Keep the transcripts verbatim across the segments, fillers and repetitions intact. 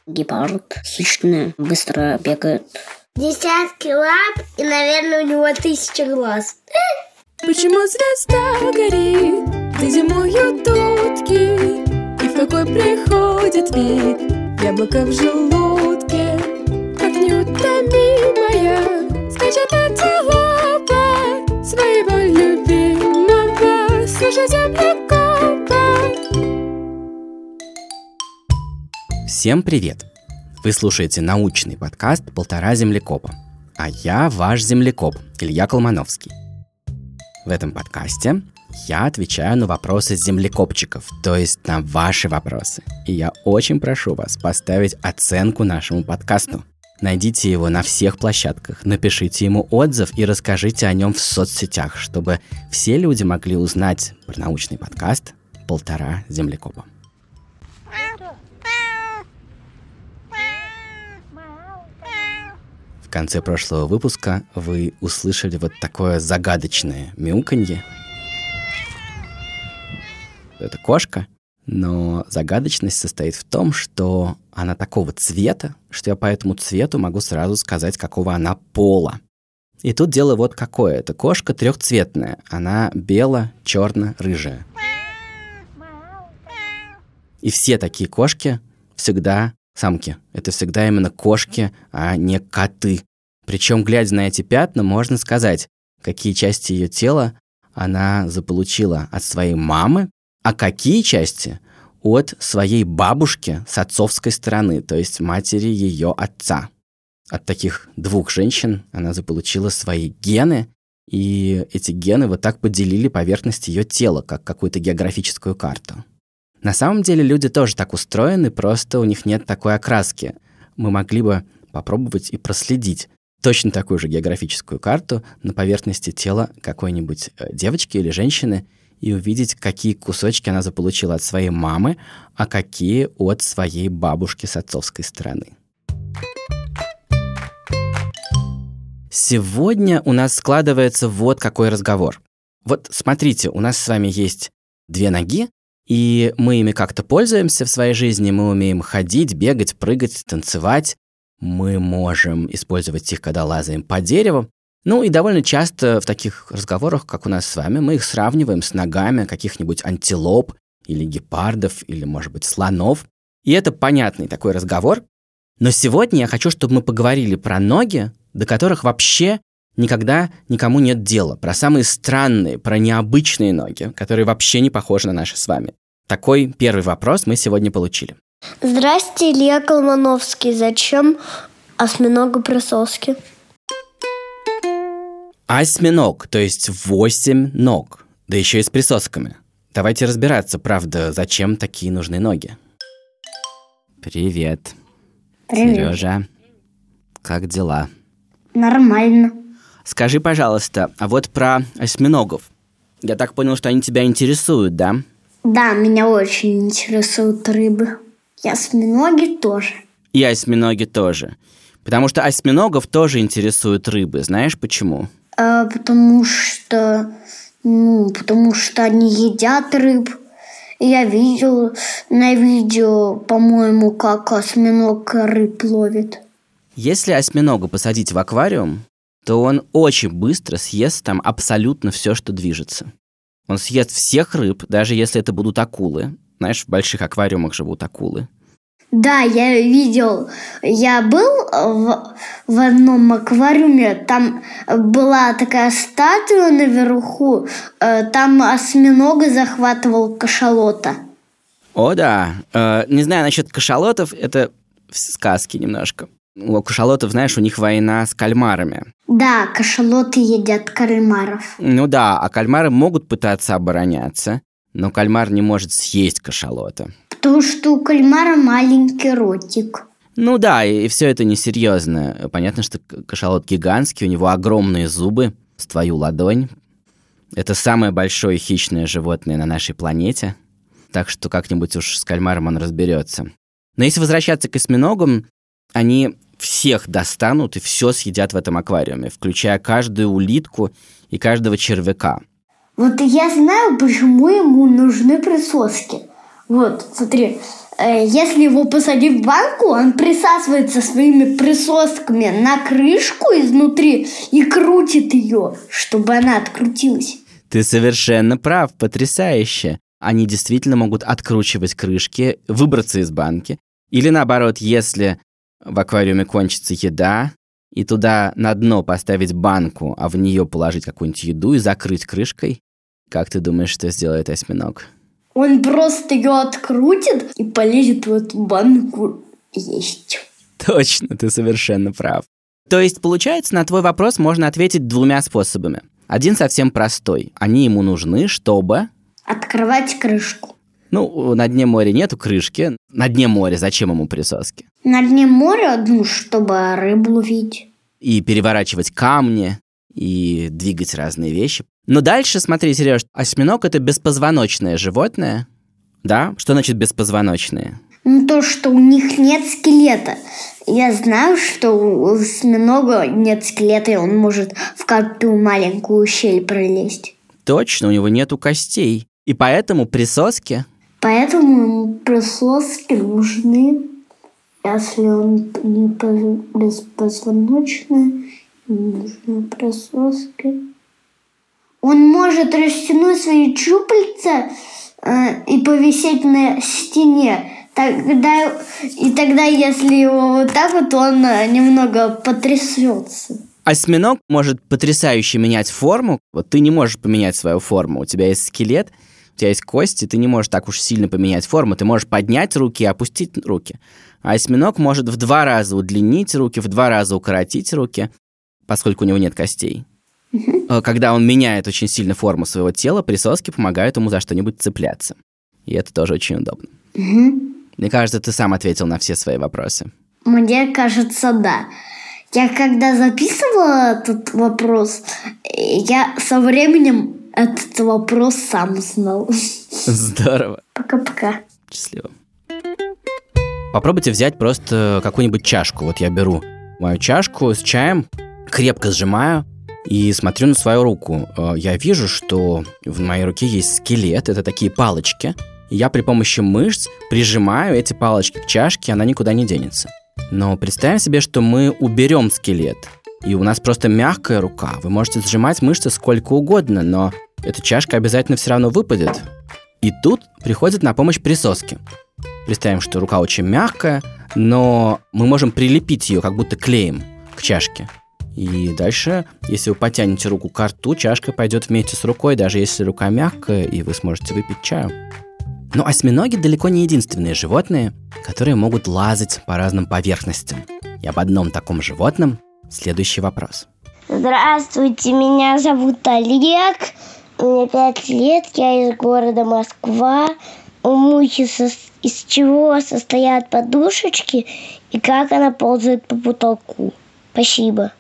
Гепард хищный, быстро бегает. Десятки лап и, наверное, у него тысяча глаз. Почему звезда горит, где зимуют утки, и в какой приходит вид яблоко в желудке? Как неутомимая скачет антилопа своего любимого, слушай, землекопа. Всем привет! Вы слушаете научный подкаст «Полтора землекопа», а я ваш землекоп Илья Колмановский. В этом подкасте я отвечаю на вопросы землекопчиков, то есть на ваши вопросы. И я очень прошу вас поставить оценку нашему подкасту. Найдите его на всех площадках, напишите ему отзыв и расскажите о нем в соцсетях, чтобы все люди могли узнать про научный подкаст «Полтора землекопа». В конце прошлого выпуска вы услышали вот такое загадочное мяуканье. Это кошка, но загадочность состоит в том, что она такого цвета, что я по этому цвету могу сразу сказать, какого она пола. И тут дело вот какое. Эта кошка трехцветная. Она бело-черно-рыжая. И все такие кошки всегда самки. Это всегда именно кошки, а не коты. Причем, глядя на эти пятна, можно сказать, какие части ее тела она заполучила от своей мамы, а какие части от своей бабушки с отцовской стороны, то есть матери ее отца. От таких двух женщин она заполучила свои гены, и эти гены вот так поделили поверхность ее тела, как какую-то географическую карту. На самом деле люди тоже так устроены, просто у них нет такой окраски. Мы могли бы попробовать и проследить точно такую же географическую карту на поверхности тела какой-нибудь девочки или женщины и увидеть, какие кусочки она заполучила от своей мамы, а какие от своей бабушки с отцовской стороны. Сегодня у нас складывается вот какой разговор. Вот смотрите, у нас с вами есть две ноги, и мы ими как-то пользуемся в своей жизни, мы умеем ходить, бегать, прыгать, танцевать. Мы можем использовать их, когда лазаем по дереву. Ну и довольно часто в таких разговорах, как у нас с вами, мы их сравниваем с ногами каких-нибудь антилоп или гепардов, или, может быть, слонов. И это понятный такой разговор. Но сегодня я хочу, чтобы мы поговорили про ноги, до которых вообще никогда никому нет дела. Про самые странные, про необычные ноги, которые вообще не похожи на наши с вами. Такой первый вопрос мы сегодня получили. Здрасте, Илья Колмановский. Зачем осьминогоприсоски? Осьминог, то есть восемь ног, да еще и с присосками. Давайте разбираться, правда, зачем такие нужны ноги. Привет. Привет. Сережа, как дела? Нормально. Скажи, пожалуйста, а вот про осьминогов. Я так понял, что они тебя интересуют, да? Да, меня очень интересуют рыбы. И осьминоги тоже. И осьминоги тоже. Потому что осьминогов тоже интересуют рыбы. Знаешь почему? А, потому что... Ну, потому что они едят рыб. И я видел на видео, по-моему, как осьминог рыб ловит. Если осьминога посадить в аквариум, то он очень быстро съест там абсолютно все, что движется. Он съест всех рыб, даже если это будут акулы. Знаешь, в больших аквариумах живут акулы. Да, я видел. Я был в, в одном аквариуме. Там была такая статуя наверху. Там осьминога захватывал кашалота. О, да. Э, не знаю насчет кашалотов, это сказки немножко. У кашалотов, знаешь, у них война с кальмарами. Да, кашалоты едят кальмаров. Ну да, а кальмары могут пытаться обороняться, но кальмар не может съесть кашалота. Потому что у кальмара маленький ротик. Ну да, и, и все это несерьезно. Понятно, что кашалот гигантский, у него огромные зубы с твою ладонь. Это самое большое хищное животное на нашей планете. Так что как-нибудь уж с кальмаром он разберется. Но если возвращаться к осьминогам, они всех достанут и все съедят в этом аквариуме, включая каждую улитку и каждого червяка. Вот я знаю, почему ему нужны присоски. Вот, смотри, если его посадить в банку, он присасывается своими присосками на крышку изнутри и крутит ее, чтобы она открутилась. Ты совершенно прав, потрясающе. Они действительно могут откручивать крышки, выбраться из банки. Или наоборот, если в аквариуме кончится еда, и туда на дно поставить банку, а в нее положить какую-нибудь еду и закрыть крышкой. Как ты думаешь, что сделает осьминог? Он просто ее открутит и полезет в эту банку есть. Точно, ты совершенно прав. То есть, получается, на твой вопрос можно ответить двумя способами. Один совсем простой. Они ему нужны, чтобы... Открывать крышку. Ну, на дне моря нету крышки. На дне моря зачем ему присоски? На дне моря, ну, чтобы рыбу ловить. И переворачивать камни, и двигать разные вещи. Но дальше, смотри, Сереж, осьминог – это беспозвоночное животное. Да? Что значит беспозвоночное? Ну, то, что у них нет скелета. Я знаю, что у осьминога нет скелета, и он может в каждую маленькую щель пролезть. Точно, у него нету костей. И поэтому присоски... Поэтому ему присоски нужны, если он не беспозвоночный, ему нужны присоски. Он может растянуть свои щупальца э, и повисеть на стене. Тогда, и тогда, если его вот так вот, он немного потрясется. Осьминог может потрясающе менять форму. Вот ты не можешь поменять свою форму. У тебя есть скелет, у тебя есть кости, ты не можешь так уж сильно поменять форму. Ты можешь поднять руки и опустить руки. А осьминог может в два раза удлинить руки, в два раза укоротить руки, поскольку у него нет костей. Uh-huh. Когда он меняет очень сильно форму своего тела, присоски помогают ему за что-нибудь цепляться. И это тоже очень удобно. Uh-huh. Мне кажется, ты сам ответил на все свои вопросы. Мне кажется, да. Я когда записывала этот вопрос, я со временем этот вопрос сам знал. Здорово. Пока-пока. Счастливо. Попробуйте взять просто какую-нибудь чашку. Вот я беру мою чашку с чаем, крепко сжимаю и смотрю на свою руку. Я вижу, что в моей руке есть скелет. Это такие палочки. И я при помощи мышц прижимаю эти палочки к чашке, она никуда не денется. Но представим себе, что мы уберем скелет, и у нас просто мягкая рука. Вы можете сжимать мышцы сколько угодно, но эта чашка обязательно все равно выпадет. И тут приходят на помощь присоски. Представим, что рука очень мягкая, но мы можем прилепить ее как будто клеем к чашке. И дальше, если вы потянете руку к рту, чашка пойдет вместе с рукой, даже если рука мягкая, и вы сможете выпить чаю. Но осьминоги далеко не единственные животные, которые могут лазать по разным поверхностям. И об одном таком животном следующий вопрос. Здравствуйте, меня зовут Олег, мне пять лет, я из города Москва. У мухи со... из чего состоят подушечки и как она ползает по потолку? Спасибо.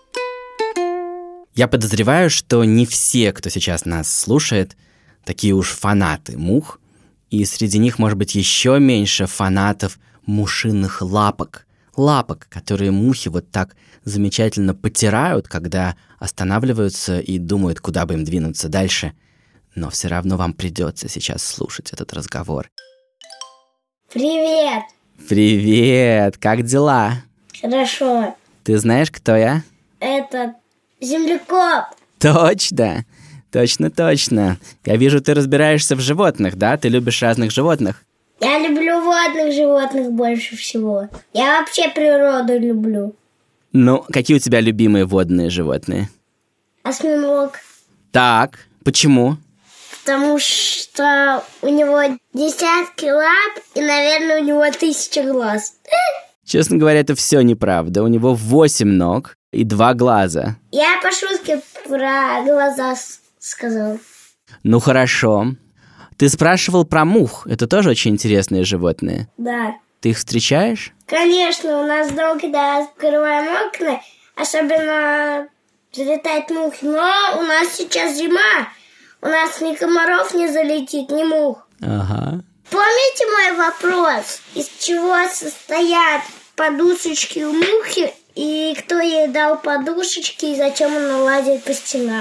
Я подозреваю, что не все, кто сейчас нас слушает, такие уж фанаты мух. И среди них, может быть, еще меньше фанатов мушиных лапок. Лапок, которые мухи вот так замечательно потирают, когда останавливаются и думают, куда бы им двинуться дальше. Но все равно вам придется сейчас слушать этот разговор. Привет! Привет! Как дела? Хорошо. Ты знаешь, кто я? Это землекоп. Точно! Точно, точно. Я вижу, ты разбираешься в животных, да? Ты любишь разных животных? Я люблю водных животных больше всего. Я вообще природу люблю. Ну, какие у тебя любимые водные животные? Осьминог. Так, почему? Потому что у него десятки лап и, наверное, у него тысяча глаз. Честно говоря, это все неправда. У него восемь ног и два глаза. Я по шутке про глаза сказал. Ну хорошо. Ты спрашивал про мух. Это тоже очень интересные животные. Да. Ты их встречаешь? Конечно, у нас дома, когда открываем окна, особенно залетают мухи. Но у нас сейчас зима. У нас ни комаров не залетит, ни мух. Ага. Помните мой вопрос? Из чего состоят подушечки у мухи? И кто ей дал подушечки, и зачем она лазит по стенам?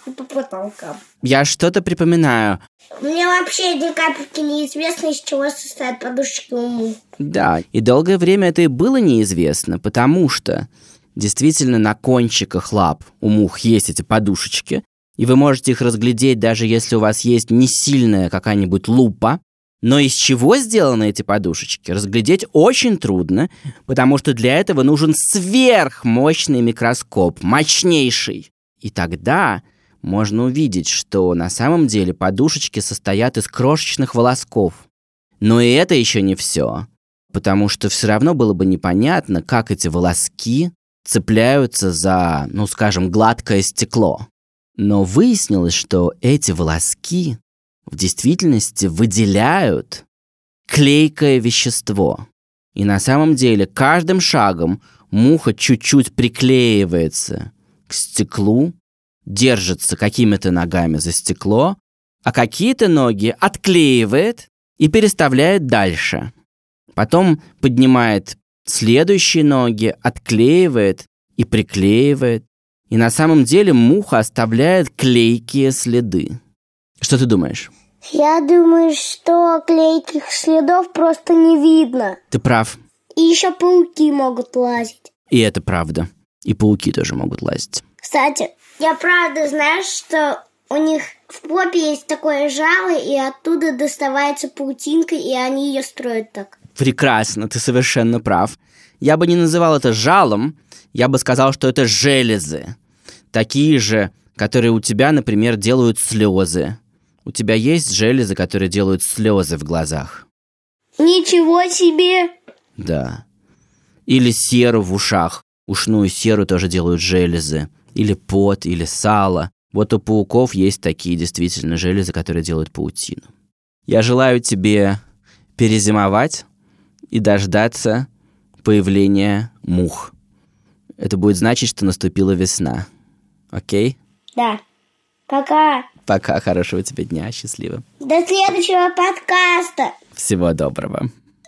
и по потолкам. Я что-то припоминаю. Мне вообще ни капельки неизвестно, из чего состоят подушечки у мух. Да, и долгое время это и было неизвестно, потому что действительно на кончиках лап у мух есть эти подушечки, и вы можете их разглядеть, даже если у вас есть не сильная какая-нибудь лупа. Но из чего сделаны эти подушечки, разглядеть очень трудно, потому что для этого нужен сверхмощный микроскоп, мощнейший. И тогда можно увидеть, что на самом деле подушечки состоят из крошечных волосков. Но и это еще не все, потому что все равно было бы непонятно, как эти волоски цепляются за, ну, скажем, гладкое стекло. Но выяснилось, что эти волоски в действительности выделяют клейкое вещество. И на самом деле каждым шагом муха чуть-чуть приклеивается к стеклу, держится какими-то ногами за стекло, а какие-то ноги отклеивает и переставляет дальше. Потом поднимает следующие ноги, отклеивает и приклеивает. И на самом деле муха оставляет клейкие следы. Что ты думаешь? Я думаю, что клейких следов просто не видно. Ты прав. И еще пауки могут лазить. И это правда. И пауки тоже могут лазить. Кстати, я правда знаю, что у них в попе есть такое жало, и оттуда доставается паутинка, и они ее строят так. Прекрасно, ты совершенно прав. Я бы не называл это жалом, я бы сказал, что это железы. Такие же, которые у тебя, например, делают слезы. У тебя есть железы, которые делают слезы в глазах? Ничего себе! Да. Или серу в ушах. Ушную серу тоже делают железы. Или пот, или сало. Вот у пауков есть такие действительно железы, которые делают паутину. Я желаю тебе перезимовать и дождаться появления мух. Это будет значить, что наступила весна. Окей? Да. Пока. Пока, хорошего тебе дня, счастливо. До следующего подкаста. Всего доброго.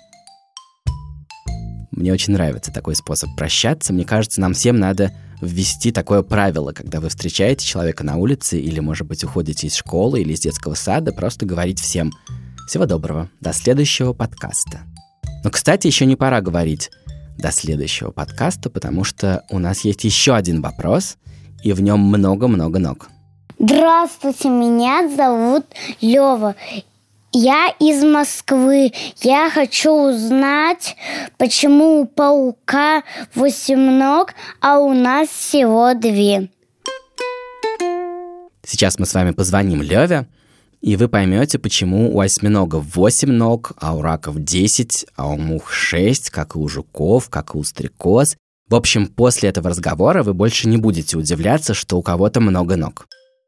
Мне очень нравится такой способ прощаться. Мне кажется, нам всем надо ввести такое правило, когда вы встречаете человека на улице или, может быть, уходите из школы или из детского сада, просто говорить всем всего доброго, до следующего подкаста. Но, кстати, еще не пора говорить до следующего подкаста, потому что у нас есть еще один вопрос, и в нем много-много ног. Здравствуйте, меня зовут Лёва. Я из Москвы. Я хочу узнать, почему у паука восемь ног, а у нас всего две. Сейчас мы с вами позвоним Лёве, и вы поймете, почему у осьминогов восемь ног, а у раков десять, а у мух шесть, как и у жуков, как и у стрекоз. В общем, после этого разговора вы больше не будете удивляться, что у кого-то много ног.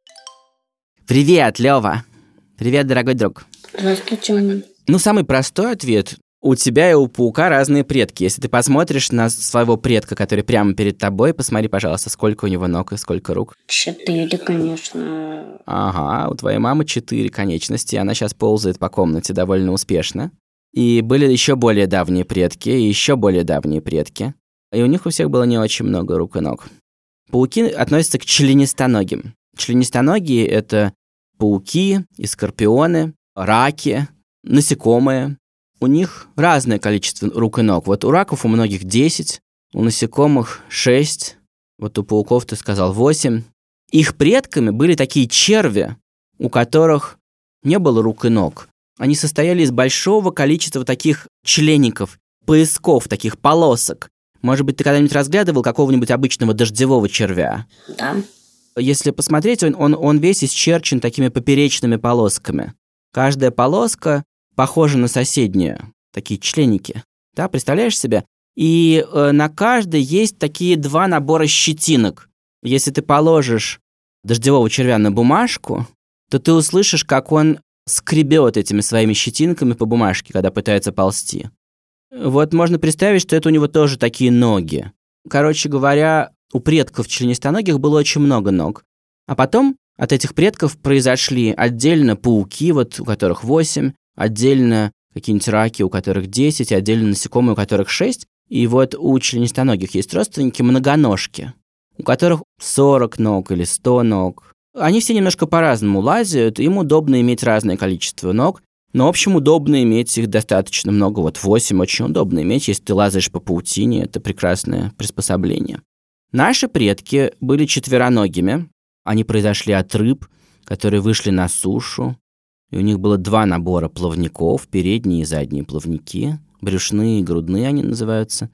Привет, Лёва! Привет, дорогой друг! Здравствуйте. Ну, самый простой ответ. У тебя и у паука разные предки. Если ты посмотришь на своего предка, который прямо перед тобой, посмотри, пожалуйста, сколько у него ног и сколько рук. Четыре, конечно. Ага, у твоей мамы четыре конечности, она сейчас ползает по комнате довольно успешно. И были еще более давние предки, и еще более давние предки. И у них у всех было не очень много рук и ног. Пауки относятся к членистоногим. Членистоногие – это пауки и скорпионы, раки, насекомые. У них разное количество рук и ног. Вот у раков у многих десять, у насекомых шесть, вот у пауков, ты сказал, восемь. Их предками были такие черви, у которых не было рук и ног. Они состояли из большого количества таких члеников, поясков, таких полосок. Может быть, ты когда-нибудь разглядывал какого-нибудь обычного дождевого червя? Да. Если посмотреть, он, он, он весь исчерчен такими поперечными полосками. Каждая полоска похожа на соседнюю, такие членики. Да, представляешь себе? И э, на каждой есть такие два набора щетинок. Если ты положишь дождевого червя на бумажку, то ты услышишь, как он скребет этими своими щетинками по бумажке, когда пытается ползти. Вот можно представить, что это у него тоже такие ноги. Короче говоря, у предков членистоногих было очень много ног. А потом от этих предков произошли отдельно пауки, вот у которых восемь, отдельно какие-нибудь раки, у которых десять, и отдельно насекомые, у которых шесть. И вот у членистоногих есть родственники многоножки, у которых сорок ног или сто ног. Они все немножко по-разному лазят, им удобно иметь разное количество ног, но, в общем, удобно иметь их достаточно много. Вот восемь очень удобно иметь, если ты лазаешь по паутине, это прекрасное приспособление. Наши предки были четвероногими, они произошли от рыб, которые вышли на сушу, и у них было два набора плавников, передние и задние плавники, брюшные и грудные они называются.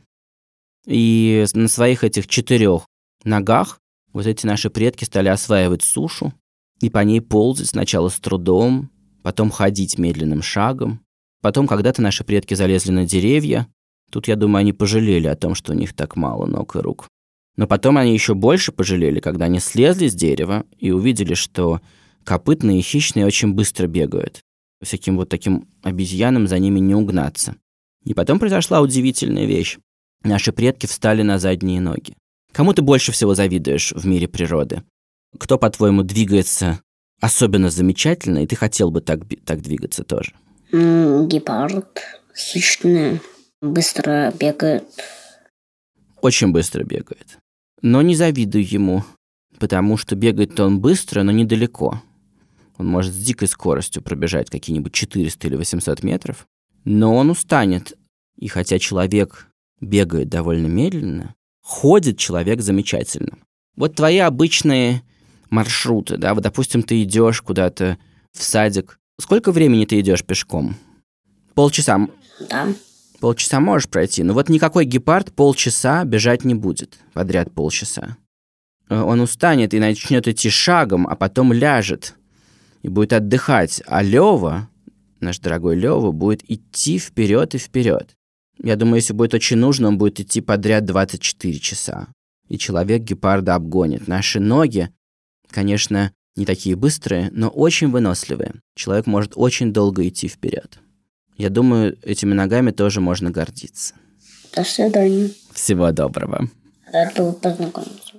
И на своих этих четырех ногах вот эти наши предки стали осваивать сушу и по ней ползать сначала с трудом, потом ходить медленным шагом. Потом когда-то наши предки залезли на деревья. Тут, я думаю, они пожалели о том, что у них так мало ног и рук. Но потом они еще больше пожалели, когда они слезли с дерева и увидели, что копытные и хищные очень быстро бегают. Всяким вот таким обезьянам за ними не угнаться. И потом произошла удивительная вещь. Наши предки встали на задние ноги. Кому ты больше всего завидуешь в мире природы? Кто, по-твоему, двигается особенно замечательно, и ты хотел бы так, так двигаться тоже? Ну, гепард, хищный, быстро бегает. Очень быстро бегает. Но не завидую ему, потому что бегает-то он быстро, но недалеко. Он может с дикой скоростью пробежать какие-нибудь четыреста или восемьсот метров, но он устанет. И хотя человек бегает довольно медленно, ходит человек замечательно. Вот твои обычные маршруты, да, вот, допустим, ты идешь куда-то в садик. Сколько времени ты идешь пешком? Полчаса? Да. Полчаса можешь пройти, но вот никакой гепард полчаса бежать не будет, подряд полчаса. Он устанет и начнет идти шагом, а потом ляжет и будет отдыхать. А Лёва, наш дорогой Лёва, будет идти вперед и вперед. Я думаю, если будет очень нужно, он будет идти подряд двадцать четыре часа. И человек гепарда обгонит. Наши ноги, конечно, не такие быстрые, но очень выносливые. Человек может очень долго идти вперед. Я думаю, этими ногами тоже можно гордиться. До свидания. Всего доброго. Рад был познакомиться.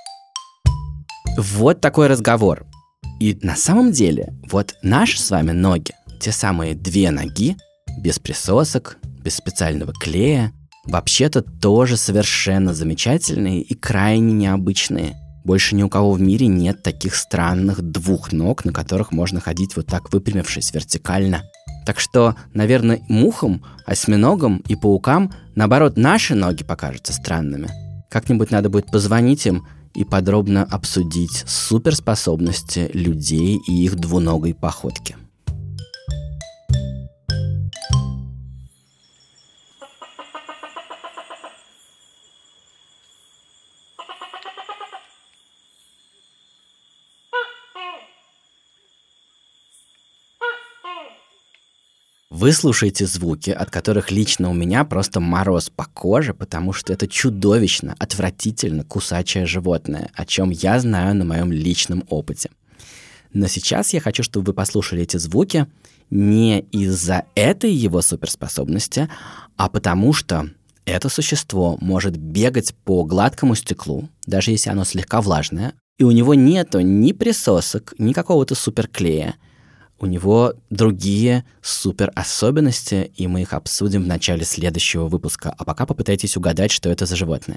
Вот такой разговор. И на самом деле, вот наши с вами ноги, те самые две ноги, без присосок, без специального клея, вообще-то тоже совершенно замечательные и крайне необычные. Больше ни у кого в мире нет таких странных двух ног, на которых можно ходить вот так выпрямившись вертикально. Так что, наверное, мухам, осьминогам и паукам, наоборот, наши ноги покажутся странными. Как-нибудь надо будет позвонить им и подробно обсудить суперспособности людей и их двуногой походки. Вы слушаете звуки, от которых лично у меня просто мороз по коже, потому что это чудовищно, отвратительно кусачее животное, о чем я знаю на моем личном опыте. Но сейчас я хочу, чтобы вы послушали эти звуки не из-за этой его суперспособности, а потому что это существо может бегать по гладкому стеклу, даже если оно слегка влажное, и у него нету ни присосок, ни какого-то суперклея. У него другие суперособенности, и мы их обсудим в начале следующего выпуска. А пока попытайтесь угадать, что это за животное.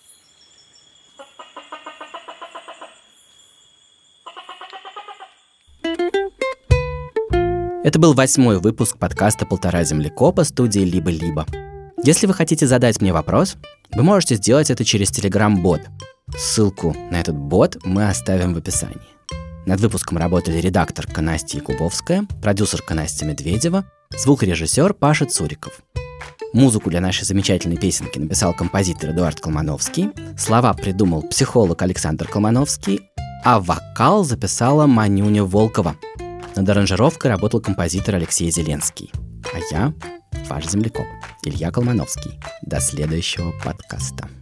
Это был восьмой выпуск подкаста «Полтора землекопа» студии «Либо-либо». Если вы хотите задать мне вопрос, вы можете сделать это через Telegram-бот. Ссылку на этот бот мы оставим в описании. Над выпуском работали редакторка Настя Якубовская, продюсерка Настя Медведева, звукорежиссер Паша Цуриков. Музыку для нашей замечательной песенки написал композитор Эдуард Колмановский, слова придумал психолог Александр Колмановский, а вокал записала Манюня Волкова. Над аранжировкой работал композитор Алексей Зеленский. А я, ваш землекоп, Илья Колмановский. До следующего подкаста.